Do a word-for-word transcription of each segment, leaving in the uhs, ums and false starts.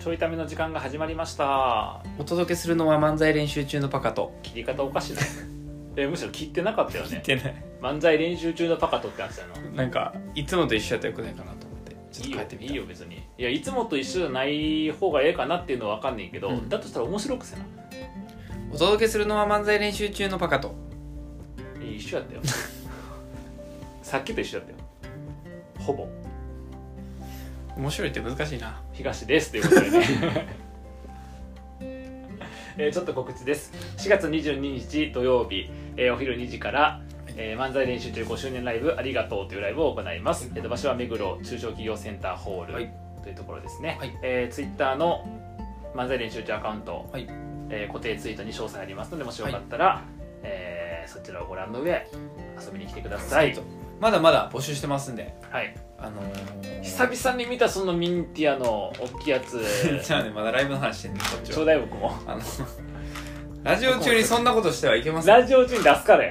ちょいための時間が始まりました。 お届けするのは漫才練習中のパカと。 切り方おかしないえむしろ切ってなかったよね。 切ってない。 漫才練習中のパカとってやつやの。 なんかいつもと一緒やったらよくないかなと思ってちょっと変えてみた。 いいよいいよ別に。いやいつもと一緒じゃない方がええかなっていうのは分かんないけど、うん、だとしたら面白くせな。 お届けするのは漫才練習中のパカと。 一緒やったよさっきと一緒やったよほぼ。 面白いって難しいな。 東ですということでねえー、ちょっと告知です。しがつにじゅうににち土曜日、えー、お昼にじから、えー、漫才練習中ごしゅうねんライブありがとうというライブを行います。えー、と場所は目黒中小企業センターホール、はい、というところですね。はい、えー、ツイッターの漫才練習中アカウント、はい、えー、固定ツイートに詳細ありますので、もしよかったら、はい、えー、そちらをご覧の上遊びに来てください。 まだまだ募集してますんで、 はい、あのー、久々に見たそのミンティアの大きいやつじゃあね、まだライブの話してんねん、こっちは。 ちょうだい僕も。 あのラジオ中にそんなことしてはいけません。 ラジオ中に出すからや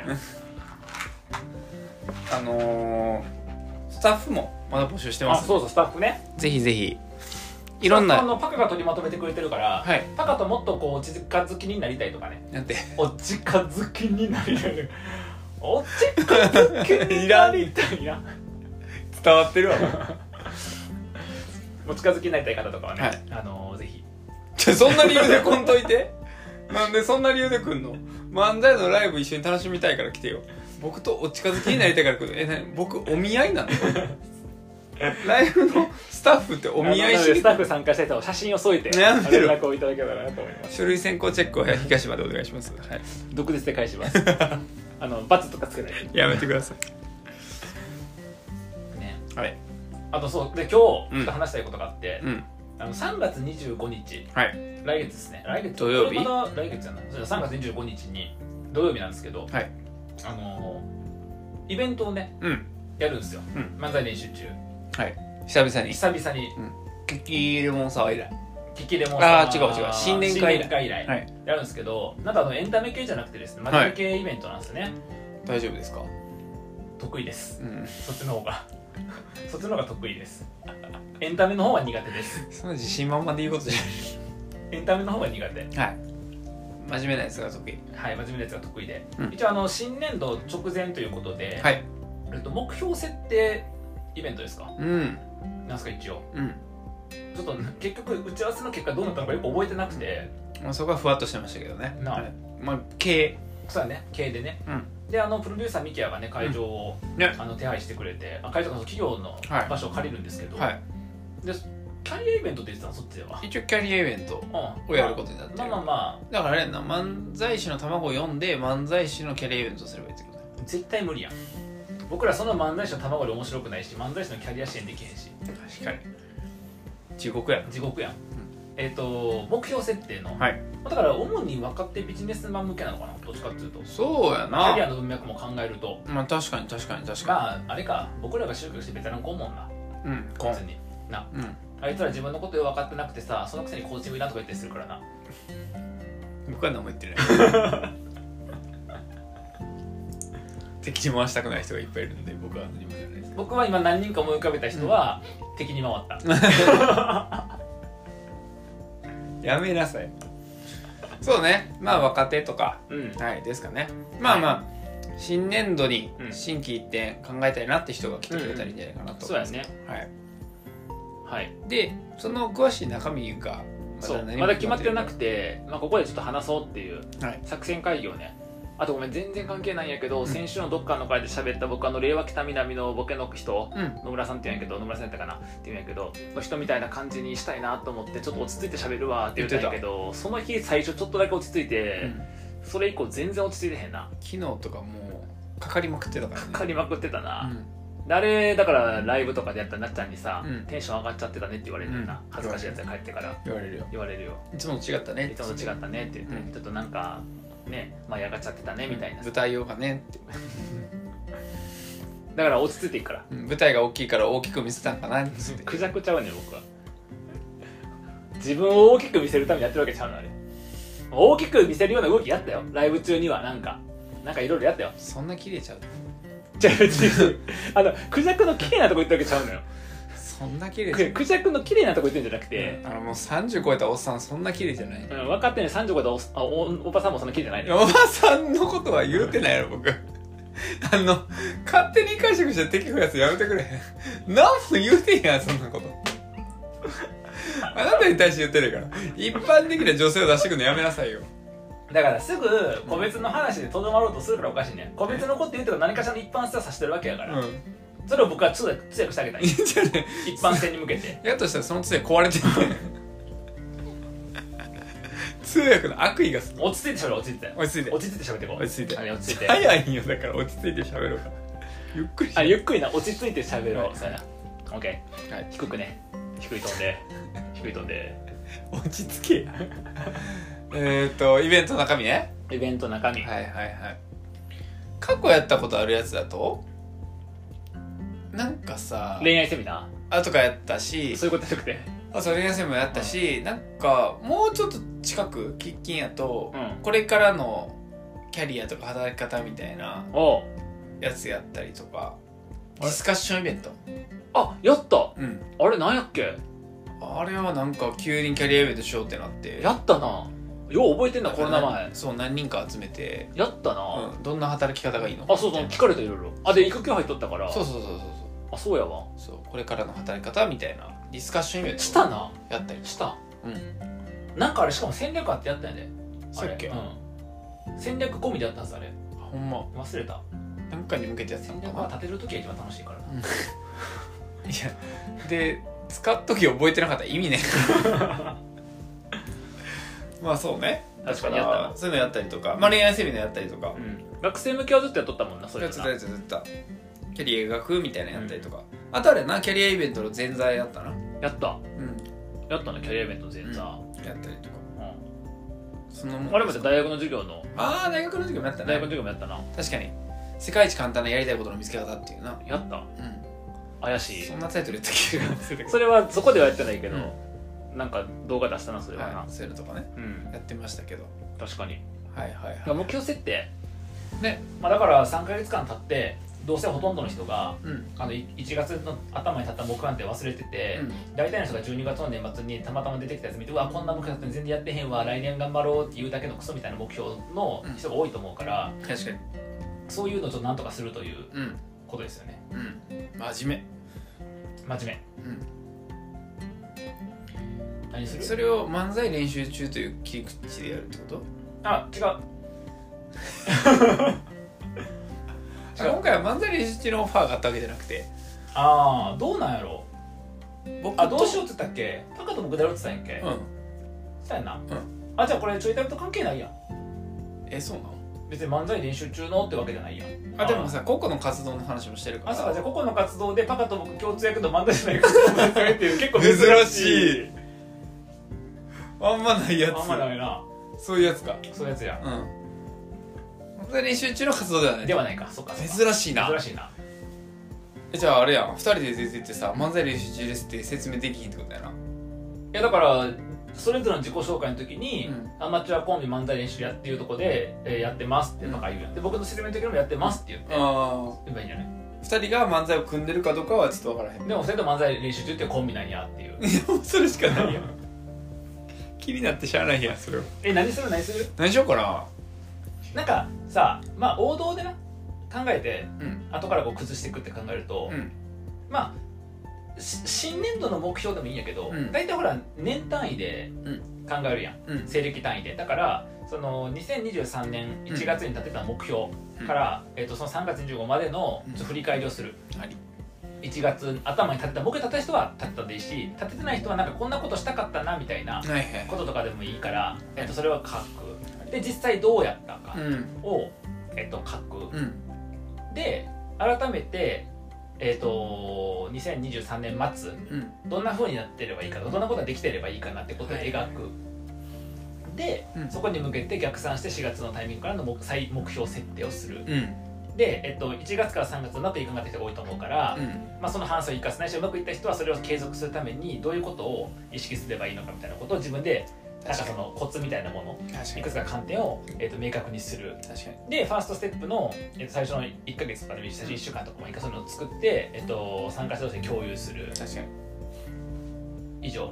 あのー、スタッフもまだ募集してます。 あ、そうそう、スタッフね。 ぜひぜひいろんなのパカが取りまとめてくれてるから、はい、パカともっとこうお近づきになりたいとかね。 なんてお近づきになりたいお近づきになりたいな伝わってるわお近づきになりたい方とかはね、はい、あのー、ぜひ。 じゃそんな理由で来んといてなんでそんな理由で来んの。漫才のライブ一緒に楽しみたいから来てよ。僕とお近づきになりたいから来る。え、なに僕お見合いなのライブのスタッフってお見合いしにスタッフ参加した人を写真を添えて連絡をいただけたらなと思います。 書類選考チェックは東までお願いします。はい、 毒舌で返しますあのバツとかつけないでやめてくださいね。 はい。 あとそうで今日ちょっと話したいことがあって、うん、あのさんがつにじゅうごにち、はい、来月ですね。来月土曜日。 まだ来月やな。それさんがつにじゅうごにちに土曜日なんですけど、はい、あのイベントをね、うん、やるんですよ、うん、漫才練習中。はい、久々に久々に、うん、キキレモンサワー以来キキレモンサワー。 ああ違う違う新年会以来以来、はい、やるんですけど、なんかあのエンタメ系じゃなくてですね、真面目系イベントなんですよね。はい、 大丈夫ですか。 得意です、うん、そっちの方がそっちの方が得意です。エンタメの方は苦手です。 そんな自信満々で言うことじゃないエンタメの方が苦手。 はい、真面目なやつが得意。 はい、真面目なやつが得意で、うん、一応あの新年度直前ということで、はい、えっと目標設定イベントですか。うん。なんすか一応。うん。ちょっと結局打ち合わせの結果どうなったのかよく覚えてなくて。 まあそこはふわっとしてましたけどね。なあ。まあ経そうだね、経でね。うん。であのプロデューサーミキヤがね会場を、うんね、あの手配してくれて、あ会場の企業の場所を借りるんですけど。はい。でキャリアイベントって言ってたのそっちでは。 一応キャリアイベントをやることになってる。まあまあまあ。だからあれやな、漫才師の卵を読んで漫才師のキャリアイベントをすればいいってことね。 絶対無理やん。僕らその漫才師の卵で面白くないし、漫才師のキャリア支援できへんし。 確かに地獄やん。 地獄やん、うん、えっ、ー、と目標設定の、はい、だから主に若手ビジネスマン向けなのかな、どっちかっていうと。 そうやな、 キャリアの文脈も考えると、 まあ確かに確かに確かに。 まああれか、僕らが就職してベテラン顧問な、うん、こいつにな、うん、あいつら自分のことよ分かってなくてさ、そのくせにコーチングいらんとか言ったりするからな。 僕は何も言ってない敵に回したくない人がいっぱいいるんで、僕は何も言わないです。 僕は今何人か思い浮かべた人は、うん、敵に回ったやめなさい。そうね、まあ若手とか、うん、はいですかね。まあまあ、はい、新年度に心機一転考えたいなって人が来てくれたらいいんじゃないかなと思います。 うんうん、そうやね。はい。はい。 で、その詳しい中身がまだ何もまだ決まってなくて、まあ、ここでちょっと話そうっていう作戦会議をね。あとごめん全然関係ないんやけど、うん、先週のどっかの回で喋った僕あの令和北南のボケの人、うん、野村さんって言うんやけど、野村さんやったかなって言うんやけどの人みたいな感じにしたいなと思って、ちょっと落ち着いて喋るわって言ってたんやけど、その日最初ちょっとだけ落ち着いて、うん、それ以降全然落ち着いてへんな。 昨日とかもうかかりまくってたからね。 かかりまくってたな、うん、あれだからライブとかでやったらなっちゃんにさ、うん、テンション上がっちゃってたねって言われるよな、うん、恥ずかしいやつが帰ってから言われるよ言われるよいつもと違ったねいつもと違ったねって言って、うん、ちょっとなんかね、舞い上がっちゃってたねみたいな、うん、 舞台用がねってだから落ち着いていくから、 うん、舞台が大きいから大きく見せたんかなってクジャクちゃうね僕は。自分を大きく見せるためにやってるわけちゃうのあれ。大きく見せるような動きやったよライブ中には。なんかなんかいろいろやったよ。 そんな綺麗ちゃうじゃあ別にあのクジャクの綺麗なとこ行ったわけちゃうのよ。 そんな綺麗じゃない。 クジャクの綺麗なとこ言ってんじゃなくて、 あのもうさんじゅう超えたおっさんそんな綺麗じゃない。 うん、分かってね、さんじゅう超えた お, あ お, おばさんもそんな綺麗じゃないね。 おばさんのことは言うてないやろ僕。あの勝手に解釈して敵増やすやめてくれ。何も言うてんやんそんなこと。あなたに対して言ってるから、一般的な女性を出してくるのやめなさいよ。 だからすぐ個別の話でとどまろうとするからおかしいね。個別のこと言うとか何かしらの一般性を指してるわけやから、うん、それを僕は通訳通訳してあげたい。いいじゃね、一般性に向けて。 やっとしたらその通訳壊れてるね。通訳の悪意がする。 落ち着いてしゃべる。落ち着いて落ち着いて落ち着いてしゃべっていこう。 落ち着いて落ち着いて。 早いんよ。だから落ち着いてしゃべろうか。ゆっくりしゃべる。 あ、ゆっくりな。落ち着いてしゃべろう、はい、そうやな。オッケー、はい、低くね。低い飛んで低い飛んで落ち着けや。えっとイベントの中身ね。 イベント中身、 はいはいはい。過去やったことあるやつだとなんかさ、 恋愛セミナーあとかやったし、 そういうことじゃなくて、 あ、そう、恋愛セミナーやったし、うん、なんかもうちょっと近く喫緊やと、うん、これからのキャリアとか働き方みたいなやつやったりとか、ディスカッションイベント。 あ、やった、 うん、 あれなんやっけ。 あれはなんか急にキャリアイベントしようってなって、 やったな。よう覚えてんな、コロナ前。 そう、何人か集めてやったな、 うん、どんな働き方がいいの。 あ、そうそう、聞かれた、いろいろ。あ、で育休入っとったから。 そうそうそうそうそう。 あ、そうやわ。 そう、これからの働き方みたいなディスカッションイベントしたな。 やったりした。 うん。 なんかあれしかも戦略あってやったんやで。 そうやっけ。 うん。戦略込みでやったんすあれ。 ほんま。 忘れた。 なんかに向けてやってたのかな。 戦略は立てるときが一番楽しいからな。うん、いや、で使っとき覚えてなかったら意味ね。まあそうね。 確かにやったな。 そういうのやったりとか、まあ恋愛セミナーやったりとか。 うん。学生向けはずっとやっとったもんな、それ。 やってたやつやってた。キャリア学みたいなのやったりとか、うん、あとあれな、キャリアイベントの前座やったな。 やった。 うん。 やったな、キャリアイベント前座、うん、 やったりとか。 うん。そのあれまで大学の授業の。 ああ、大学の授業もやったね。 大学の授業もやったな。 確かに。世界一簡単なやりたいことの見つけ方っていうな。 やった。うん。怪しい。 そんなタイトルやった気がする。 それはそこではやってないけど、うん、なんか動画出したな、それはな。 はい、そういうのとかね、うん、やってましたけど。 確かに。 はいはいはい。 目標設定ね、まあ、だからさんかげつかん経ってどうせほとんどの人が、うん、あのいちがつの頭に立った目標なんて忘れてて、うん、大体の人がじゅうにがつの年末にたまたま出てきたやつ見て、うわこんな目標全然やってへんわ、来年頑張ろうっていうだけのクソみたいな目標の人が多いと思うから、 うん、確かにそういうのをちょっとなんとかするということですよね。 うん、真面目真面目、うん、何する？ それを漫才練習中という切り口でやるってこと？ あ、違う。 今回は漫才練習中のオファーがあったわけじゃなくて、 ああ、どうなんやろ。僕あ、どうしようって言ったっけ？パカと僕でやるって言ったんやっけ？うん。そうやな。うん。あ、じゃあこれちょいタイプと関係ないやん。 え、そうなの？ 別に漫才練習中のってわけじゃないやん。 あ、でもさ、個々の活動の話もしてるから。 あ、そうか、じゃあ個々の活動でパカと僕共通役の漫才じゃないかっていう結構珍しい。 あんまないやつ。 あんまないな。 そういうやつか。 そういうやつや。 うん。漫才練習中の活動ではない。 ではないか。そっか。 珍しいな。 珍しいな。 え、じゃああれやん。二人で出てってさ、漫才練習中ですって説明できひんってことやな。いやだからそれぞれの自己紹介の時に、うん、アマチュアコンビ漫才練習やっていうところで、えー、やってますってとか言うやん。で僕の説明の時にもやってますって言って。ああ。言えばいいんじゃない？ 二人が漫才を組んでるかどうかはちょっと分からへん。 でも二人と漫才練習中ってコンビなんやっていう。 いやもうそれしかないやん。気になってしゃあないやんそれを。 え、何する何する？ 何しようかな。 なんかさ、まあ王道でな考えて、うん、後からこう崩していくって考えると、うん、まあ新年度の目標でもいいんやけど、うん、大体ほら年単位で考えるやん、うん、西暦単位で。だからそのにせんにじゅうさんねんいちがつに立てた目標から、うん、えー、とそのさんがつにじゅうごまでのちょっと振り返りをする、うん、いちがつ頭に立てた目標立てた人は立てたでいいし、立ててない人はなんかこんなことしたかったなみたいなこととかでもいいから、はいはい、えー、とそれは書く。で実際どうやったかを、うん、えー、と書く、うん、で改めてえー、とにせんにじゅうさんねん末、うん、どんな風になってればいいかとか、どんなことができてればいいかなってことを描く、はい、で、うん、そこに向けて逆算してしがつのタイミングからの 目, 再目標設定をする、うん、で、えー、といちがつからさんがつうまくいかなかった人が多いと思うから、うん、まあ、その反省を生かすないしうまくいった人はそれを継続するためにどういうことを意識すればいいのかみたいなことを自分でなんかそのコツみたいなもの、いくつか観点を、えー、と明確にする。確かに。でファーストステップの、えー、と最初のいっかげつとかでもいいし最初いっしゅうかんとかもいいかそういうのを作って、えー、と参加者同士で共有する。確かに。 以上。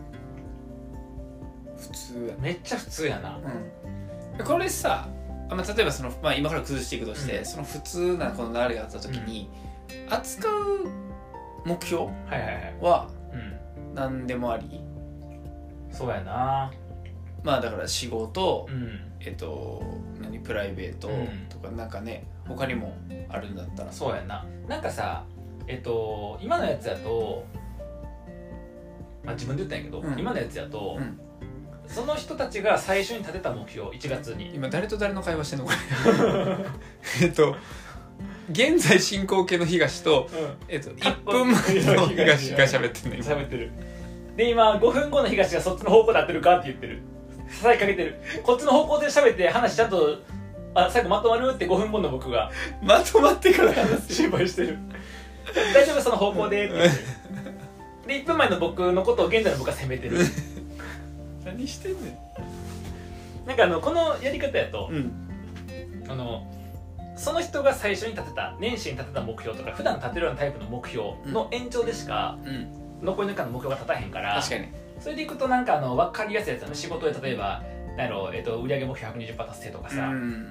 普通やね。 めっちゃ普通やな。 うん、これさ、まあ、例えばその、まあ、今から崩していくとして、うん、その普通なこの流れがあった時に、うん、扱う目標は何でもあり、 うん、そうやな。 まあだから仕事、 うん、 えっと何プライベートとかなんかね、うん、他にもあるんだったら。 そうやな。なんかさ、えっと今のやつだと、まあ、自分で言ったんやけど、うん、今のやつだと、うん、その人たちが最初に立てた目標、いちがつに。 今誰と誰の会話してんのこれ。えっと現在進行形の東と、うん、えっといっぷんまえの東が喋ってるの。 喋ってる。で今ごふんごの東がそっちの方向で合ってるかって言ってる。支えかけてる。こっちの方向で喋って話ちゃんとあ最後まとまるってごふんごの僕がまとまってから話心配してる。大丈夫その方向でって言ってる。でいっぷんまえの僕のことを現在の僕が責めてる。 何してんねん。なんかあのこのやり方やと、 うん、 あのその人が最初に立てた年始に立てた目標とか普段立てるようなタイプの目標の延長でしか、うん、残りの間の目標が立たへんから。 確かに。 それでいくとなんかあの分かりやすいやつだね。仕事で例えばなんやろ、えっと、売上目標 ひゃくにじゅっパーセント 達成とかさ、うん、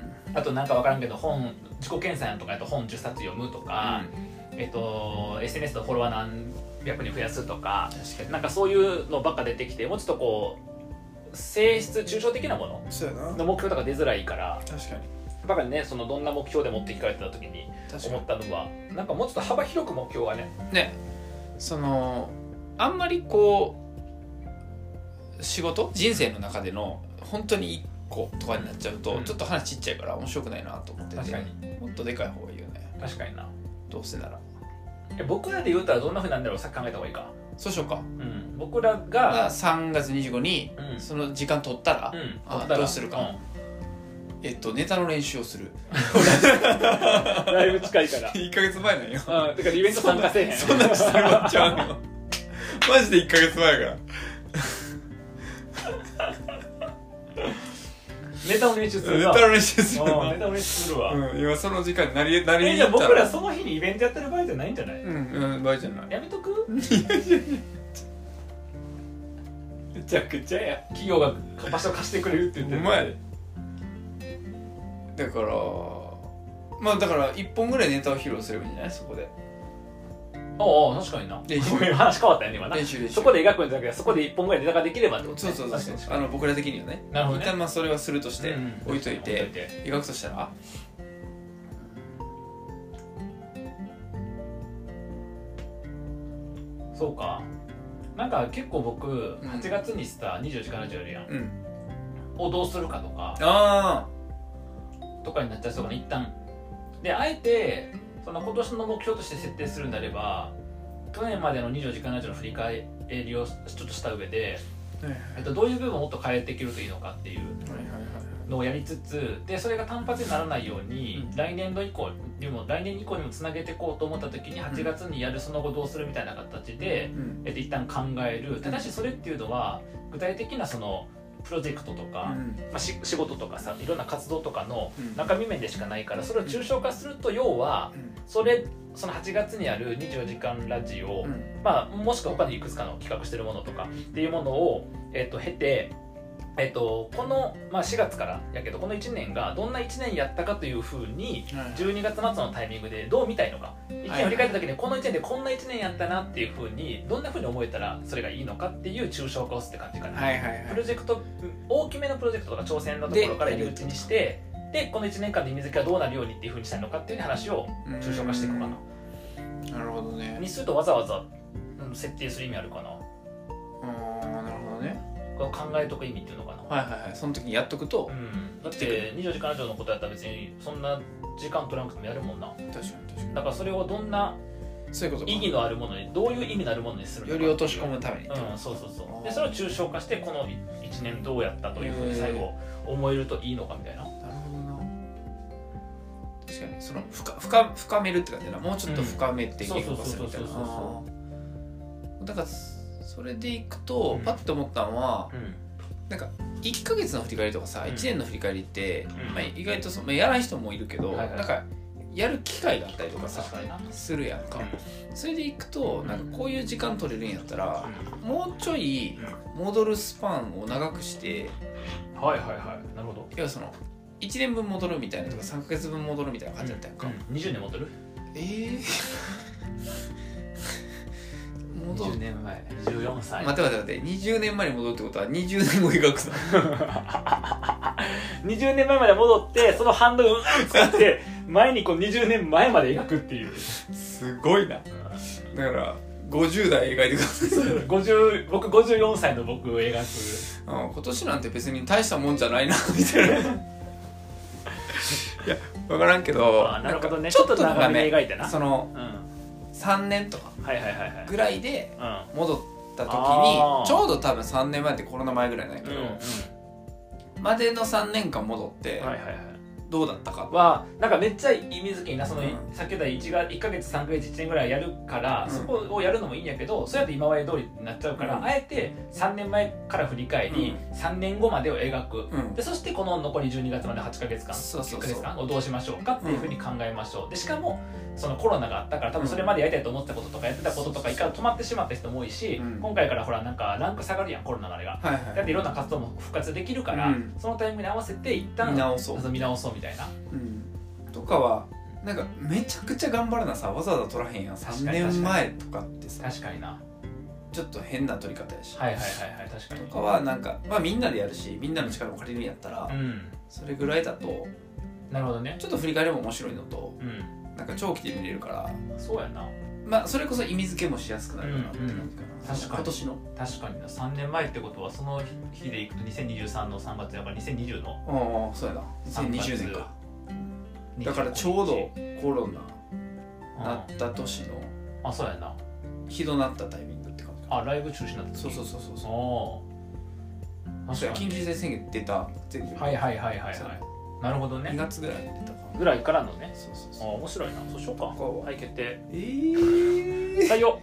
あとなんか分からんけど本自己研鑽とかやと本じゅっさつ読むとか、うん、えっと エスエヌエス のフォロワー何百人増やすとか、なんかそういうのばっか出てきて、もうちょっとこう性質抽象的なものの目標とか出づらいから。 確かに。 ばかりね、そのどんな目標で持って聞かれてた時に思ったのは、なんかもうちょっと幅広く目標がね。 ね、そのあんまりこう仕事人生の中での本当にいっことかになっちゃうと、うん、ちょっと話ちっちゃいから面白くないなと思ってて。 確かにもっとでかい方がいいよね。 確かにな。 どうせならえ僕らで言うたらどんな風なんだろう、さっき考えた方がいいか。 そうしようか、 うん、僕らがさんがつにじゅうごにその時間取ったら、うん、あどうするか、うん、えっとネタの練習をする。 だいぶ近いからいっかげつまえなんよ。 あだからイベント参加せえへん。 そんなしてもらっちゃうの。マジでいっかげつまえからネタの練習するわ。ネタの練習するわ。ネタの練習するわ、 うん、今その時間になりなりに行ったら。えじゃあ僕らその日にイベントやってる場合じゃないんじゃない？ うん、うん、場合じゃない。 やめとく？めちゃくちゃや。企業が場所貸してくれるって言ってる。 お前だからまあだからいっぽんぐらいネタを披露すればいいんじゃない？そこで。 ああ確かにな。話変わったよね今な。練習練習。そこで描くんじゃなくてそこでいっぽんぐらいネタができればってことね。 そうそうそうそう。あの僕ら的にはね。 なるほどね。 一旦まあそれはするとして置いといて、うんうん、描くとしたら。 そうか。なんか結構僕はちがつにさにじゅうよじかんラジオやるやん。うん。をどうするかとか。 ああ。 とかになっちゃうそうかね一旦。であえて。その今年の目標として設定するんであれば去年までのにじゅうよじかんラジオの振り返りをちょっとした上で、はいはいえっと、どういう部分をもっと変えていけるといいのかっていうのをやりつつでそれが単発にならないように、うん、来年度以降にも来年以降にもつなげていこうと思った時にはちがつにやるその後どうするみたいな形で、うんえっと、一旦考える。ただしそれっていうのは具体的なそのプロジェクトとか、うんまあ、し仕事とかさいろんな活動とかの中身面でしかないからそれを抽象化すると要はそれそのはちがつにあるにじゅうよじかんラジオ、うんまあ、もしくは他にいくつかの企画してるものとかっていうものを、えー、と経て、えー、とこの、まあ、しがつからやけどこのいちねんがどんないちねんやったかというふうにじゅうにがつ末のタイミングでどう見たいのかいちねん振り返った時にこのいちねんでこんないちねんやったなっていうふうにどんなふうに思えたらそれがいいのかっていう抽象化をすって感じかな、 はいはいはい、 プロジェクト大きめのプロジェクトとか挑戦のところから入り口にしてでこのいちねんかんで意味付けはどうなるようにっていうふうにしたいのかっていう話を抽象化していこうかな。 なるほどね。 にするとわざわざ、うん、設定する意味あるかな。 あーなるほどね。 これを考えとく意味っていうのかな。 はいはいはい。その時にやっとくと、 うん、だってにじゅうよじかんラジオのことやったら別にそんな時間取らなくてもやるもんな。 確かに確かに。 だからそれをどんなそういうこと意義のあるものにどういう意味のあるものにするのかより落とし込むために。 うんそうそうそう。でそれを抽象化してこのいちねんどうやったというふうに最後思えるといいのかみたいな。 なるほどな。確かにその深深深めるって感じだな。もうちょっと深めていくかするみたいな。だからそれでいくと、うん、パッと思ったのは、うん、なんかいっかげつの振り返りとかさ、うん、いちねんの振り返りって、うんまあ、意外とそ、まあ、やらない人もいるけど、はいはい、なんかやる機会があったりとかさ確かになするやんか、 うん、 それでいくとなんかこういう時間取れるんやったら、 うん、 もうちょい戻るスパンを長くして、 うん、はいはいはいなるほど。 要はそのいちねんぶん戻るみたいなとかさんかげつぶん戻るみたいな感じだったやんか、 うん、にじゅうねん戻るえーにじゅうねんまえじゅうよんさい待って待って待ってにじゅうねんまえに戻るってことはにじゅうねんご描くさにじゅうねんまえまで戻ってそのハンドルを使って前にこうにじゅうねんまえまで描くっていうすごいな。だからごじゅう代描いてくださいごじゅう僕ごじゅうよんさいの僕を描く、 うん、今年なんて別に大したもんじゃないなみたいないや分からんけどあなるほどねちょっと長めに描いてなその、 うん、 さんねんとかぐらいで戻った時に、うん、ちょうど多分さんねんまえってコロナ前ぐらいなんやけど、うんうん、までのさんねんかん戻って、はいはいはい、どうだったかはなんかめっちゃ意味付けになその、うん、さっき言った 1, がいっかげつさんかげついちねんぐらいやるから、うん、そこをやるのもいいんやけどそうやって今まで通りになっちゃうから、うん、あえてさんねんまえから振り返り、うん、さんねんごまでを描く、うん、でそしてこの残りじゅうにがつまではちかげつかんそうそうそういっかげつかんをどうしましょうかっていうふうに考えましょう。でしかもそのコロナがあったから多分それまでやりたいと思ってたこととかやってたこととか一回止まってしまった人も多いし、うん、今回からほらなんかランク下がるやんコロナのあれが、はいはい、だっていろんな活動も復活できるから、うん、そのタイミングに合わせて一旦見直そう見直そうみたいな、うん、 とかはなんかめちゃくちゃ頑張るなさわざわざ取らへんやんさんねんまえとかってさ確かになちょっと変な取り方やしはいはいはいはい確かにとかはなんかまあみんなでやるしみんなの力も借りるんやったら、うん、それぐらいだとなるほどねちょっと振り返れば面白いのと、うんなんか長期で見れるからそうやなまあそれこそ意味付けもしやすくなるかなって感じかな、うんうん、確かに今年の確かになさんねんまえってことはその日でいくとにせんにじゅうさんのさんがつだからにせんにじゅうのああそうやなにせんにじゅうねんかだからちょうどコロナなった年のあそうやなひどなったタイミングって感じあライブ中止になったそうそうそうそうそう緊急事態宣言出た全部はいはいはいはいはいなるほどねにがつぐらいに出たかぐらいからのねそうそうそうあ面白いなそうしようかはい決定えー採用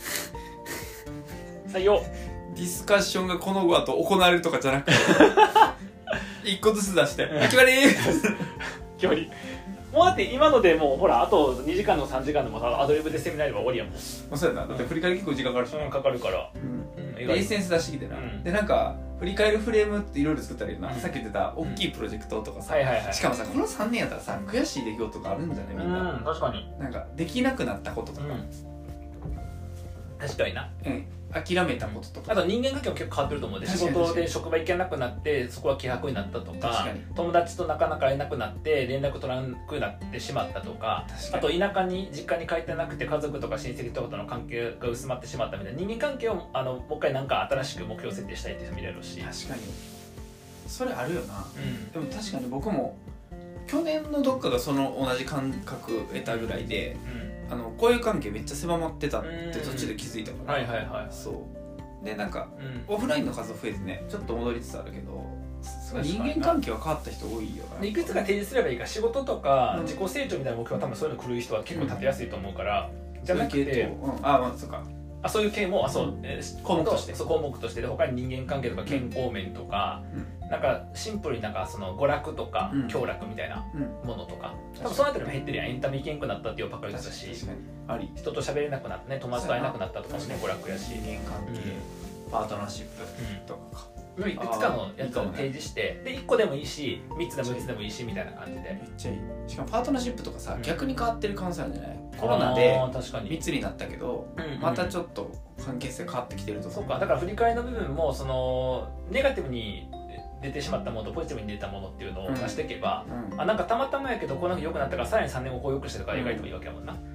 採用ディスカッションがこの後行われるとかじゃなくて一個ずつ出して決まり決まりもうだって今のでもうほらあとにじかんのさんじかんでもアドリブでセミナーやれば終わりやもんそうやなだって振り返り結構時間かかるし、 うん、かかるからうんエッセンス出してきてな、うん、でなんか振り返るフレームっていろいろ作ったらいいな、うん、さっき言ってた大きいプロジェクトとかさ、うんはいはいはい、しかもさこのさんねんやったらさ悔しい出来事があるんじゃないみんな、 うん、確かになんかできなくなったこととか、うん、 確かにな、 うん、諦めたこととかあと人間関係も結構変わってると思うんで仕事で職場行けなくなってそこは希薄になったとか友達となかなか会えなくなって連絡取らなくなってしまったとかあと田舎に実家に帰ってなくて家族とか親戚とかとの関係が薄まってしまったみたいな人間関係をあのもう一回なんか新しく目標設定したいっていう人もいるし確かにそれあるよな、うん、でも確かに僕も去年のどっかがその同じ感覚得たぐらいで、うん、あのこういう関係めっちゃ狭まってたって途中で気づいたから、 はいはいはいそうでなんか、うん、オフラインの数増えてねちょっと戻りつつあるけど人間関係は変わった人多いよいくつか提示すればいいか仕事とか自己成長みたいな目標は多分そういうの来る人は結構立てやすいと思うから、うん、じゃなくて、 うん、あまあそうかあそういう系もあそう、うんえー、項目としてそう項目としてで他に人間関係とか健康面とか、うん、なんかシンプルになんかその娯楽とか、うん、享楽みたいなものとか、うん、多分そのあたりも減ってるやんエンタメ行けんくなったっていうばっかりだったし確かにあり人と喋れなくなってね友達と会えなくなったとかもね娯楽やし人間関係、うん、パートナーシップとかか、 うん、いくつかのやつを提示して、ね、でいっこでもいいしみっつでもみっつでもいいしみたいな感じでめっちゃいいしかもパートナーシップとかさ、うん、逆に変わってる可能性あるんじゃないコロナでみっつになったけど、うんうん、またちょっと関係性変わってきてるとかそうかだから振り返りの部分もそのネガティブに出てしまったものとポジティブに出たものっていうのを出していけば、うんうん、あなんかたまたまやけどこの日良くなったからさらにさんねんごこう良くしてとか描いてもいいわけやもんな、うん、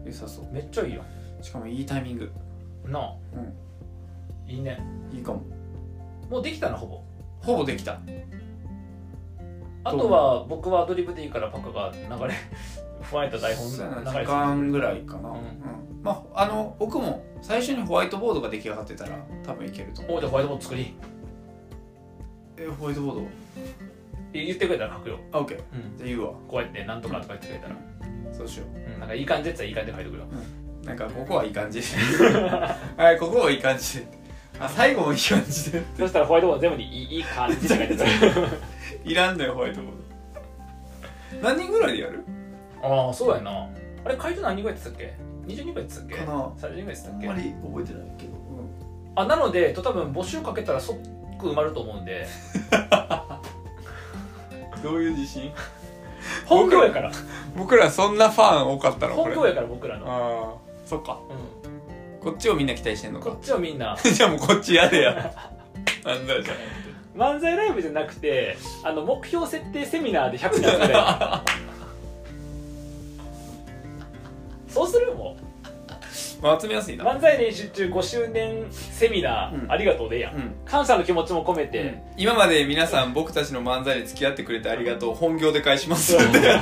良さそうめっちゃいいよしかもいいタイミングなあ、うん、いいねいいかももうできたなほぼほぼできたあとは僕はアドリブでいいからパカが流れふわりと台本流れ時間ぐらいかな、うんうん、まああの僕も最初にホワイトボードが出来上がってたら多分いけると思うおじゃあホワイトボード作りえホワイトボード言ってくれたら書くよあオッケー、うん、じゃあ言うわこうやってなんとかとか言ってくれたら、 うん、そうしよう、 うん、なんかいい感じでやつはいい感じで書いてくるよ、 うん、なんかここはいい感じはいここはいい感じであ最後もいい感じでそしたらホワイトボード全部にいい、いい感じで書いてたいらんのよホワイトボード何人ぐらいでやるあああそうやな。あれ会場何人ぐらいやってたっけ？にじゅうにんぐらいやってたっけ？ かな。 さんじゅうにんぐらいやってたっけ？ あんまり覚えてないけど、うん、 あなので多分募集かけたら即埋まると思うんでどういう自信？ 本業やから僕らそんなファン多かったの？ 本業やから僕らの。 ああそっか、 うん、 こっちをみんな期待してんのか。 こっちをみんなじゃあもうこっちやでや漫才じゃない漫才ライブじゃなくてあの目標設定セミナーでひゃくにん集めるそうするもまあ集めやすいな。 漫才練習中ごしゅうねんセミナー、 うん、 ありがとうでいいやん、 うん、 感謝の気持ちも込めて、うん、 今まで皆さん僕たちの漫才に付き合ってくれてありがとう、本業で返します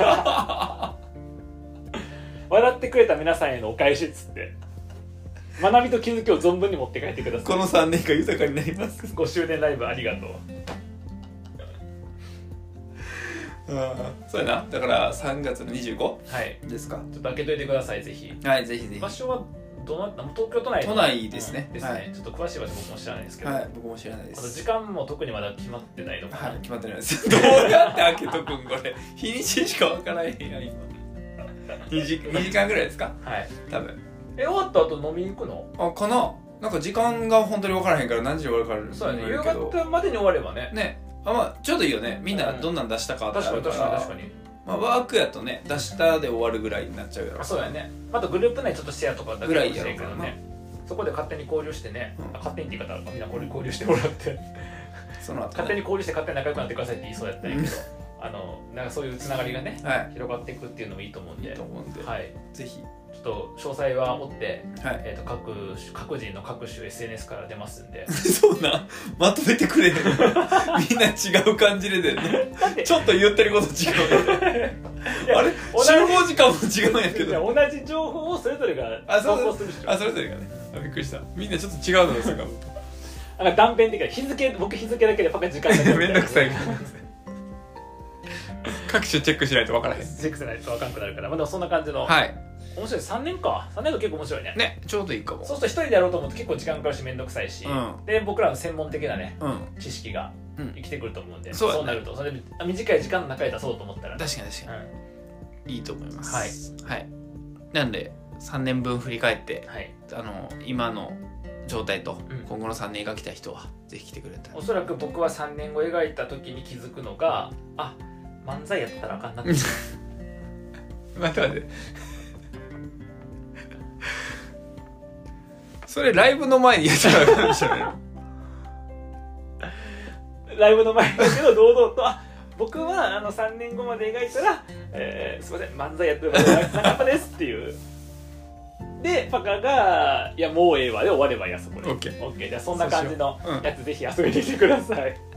笑ってくれた皆さんへのお返しっつって学びと気づきを存分に持って帰ってください。 このさんねんかん豊かになりますごしゅうねんライブありがとうあそうやな。だからさんがつのにじゅうごはいですか。 ちょっと開けといてくださいぜひ。 はいぜひぜひ。 場所はどな東京都内都内ですね、 うん、ですね、 はい、 ちょっと詳しい場所僕も知らないですけど、 はい僕も知らないです。 あと時間も特にまだ決まってないのかな。 はい決まってないですどうやって開けとくんこれ日にちしか分からへんや今2時, にじかんぐらいですか。 はい多分。 え終わった後飲みに行くの？ あかな。なんか時間が本当に分からへんから何時で終わるかある。 そうやね夕方までに終わればね。 ねあまあちょうどいいよね。みんなどんなん出したかってあるから、 確かに確かに確かに。 まあワークやとね出したで終わるぐらいになっちゃうやろ。 あそうやね。あとグループ内ちょっとシェアとかだけぐらいかもしれんけどね。そこで勝手に交流してね、うん、勝手にって言い方はみんな交流してもらってその後、ね、 勝手に交流して勝手に仲良くなってくださいって言いそうやったんやけどあのなんかそういうつながりがね、はい、広がっていくっていうのもいいと思うんで、 いいと思うんで、 はい、 ぜひちょっと詳細は追って、 はいえー、と 各, 各人の各種 エスエヌエス から出ますんでそうなまとめてくれみんな違う感じで出るのちょっと言ってること違うあれ集合時間も違うんやけど同じ情報をそれぞれが投稿する人。 あそれぞれがねあびっくりした。みんなちょっと違うのですよなんか断片的な日付僕日付だけでパカ時間だけめんどくさい各種チェックしないと分からへん。チェックしないと分かんなくなるから、まあ、でもそんな感じの、 はい、 面白い。さんねんかさんねんと結構面白いね。 ねちょうどいいかも。 そうすると一人でやろうと思うと結構時間かかるしめんどくさいし、うん、で僕らの専門的なね、うん、知識が生きてくると思うんで、うん、そう、ね、そうなるとそれで短い時間の中で出そうと思ったら、 確かに確かに、うん、いいと思います。はい、はい、なんでさんねんぶん振り返って、はい、あの今の状態と今後のさんねん描きたい人はぜひ来てくれたら、 おそらく僕はさんねんご描いた時に気づくのが、あ漫才やったらあかんなって待って待ってそれライブの前にやったらあかんじゃないのライブの前だけど堂々とあ僕はあのさんねんごまで描いたら、えー、すいません漫才やってることなかったですっていうでパカがいやもうええわで終わればいいやそこで。 オッケーオッケー。じゃあそんな感じのやつぜひ遊びに来てください。